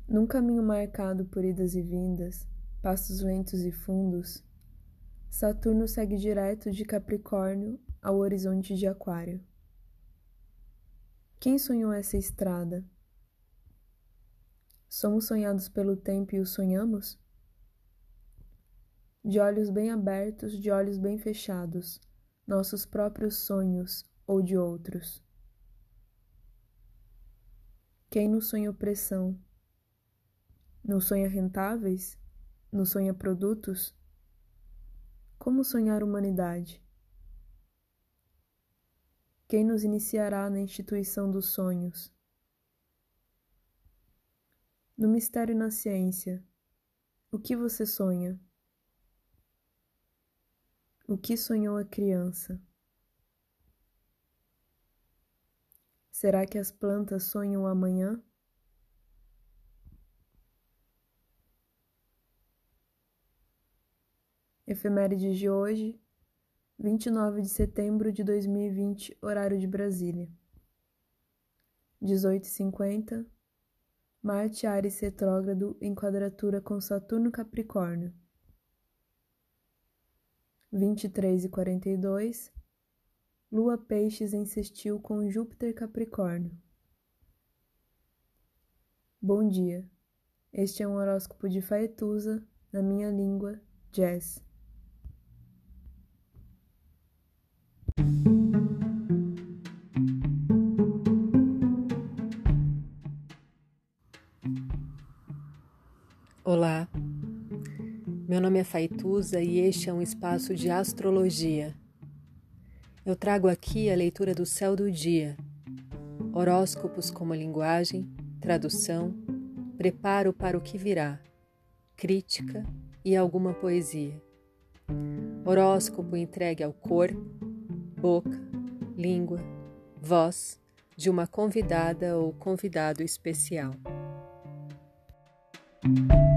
Num caminho marcado por idas e vindas, passos lentos e fundos, Saturno segue direto de Capricórnio ao horizonte de Aquário. Quem sonhou essa estrada? Somos sonhados pelo tempo e o sonhamos? De olhos bem abertos, de olhos bem fechados, nossos próprios sonhos ou de outros. Quem nos sonha opressão? Nos sonha rentáveis? Nos sonha produtos? Como sonhar humanidade? Quem nos iniciará na instituição dos sonhos? No mistério e na ciência, o que você sonha? O que sonhou a criança? Será que as plantas sonham o amanhã? Efemérides de hoje, 29 de setembro de 2020, horário de Brasília. 18h50, Marte Áries retrógrado em quadratura com Saturno Capricórnio. 23h42, Lua Peixes em sextil com Júpiter Capricórnio. Bom dia, este é um horóscopo de Faetusa, na minha língua, Jazz. Olá, meu nome é Faetusa e este é um espaço de astrologia. Eu trago aqui a leitura do céu do dia, horóscopos como linguagem, tradução, preparo para o que virá, crítica e alguma poesia. Horóscopo entregue ao corpo, boca, língua, voz de uma convidada ou convidado especial.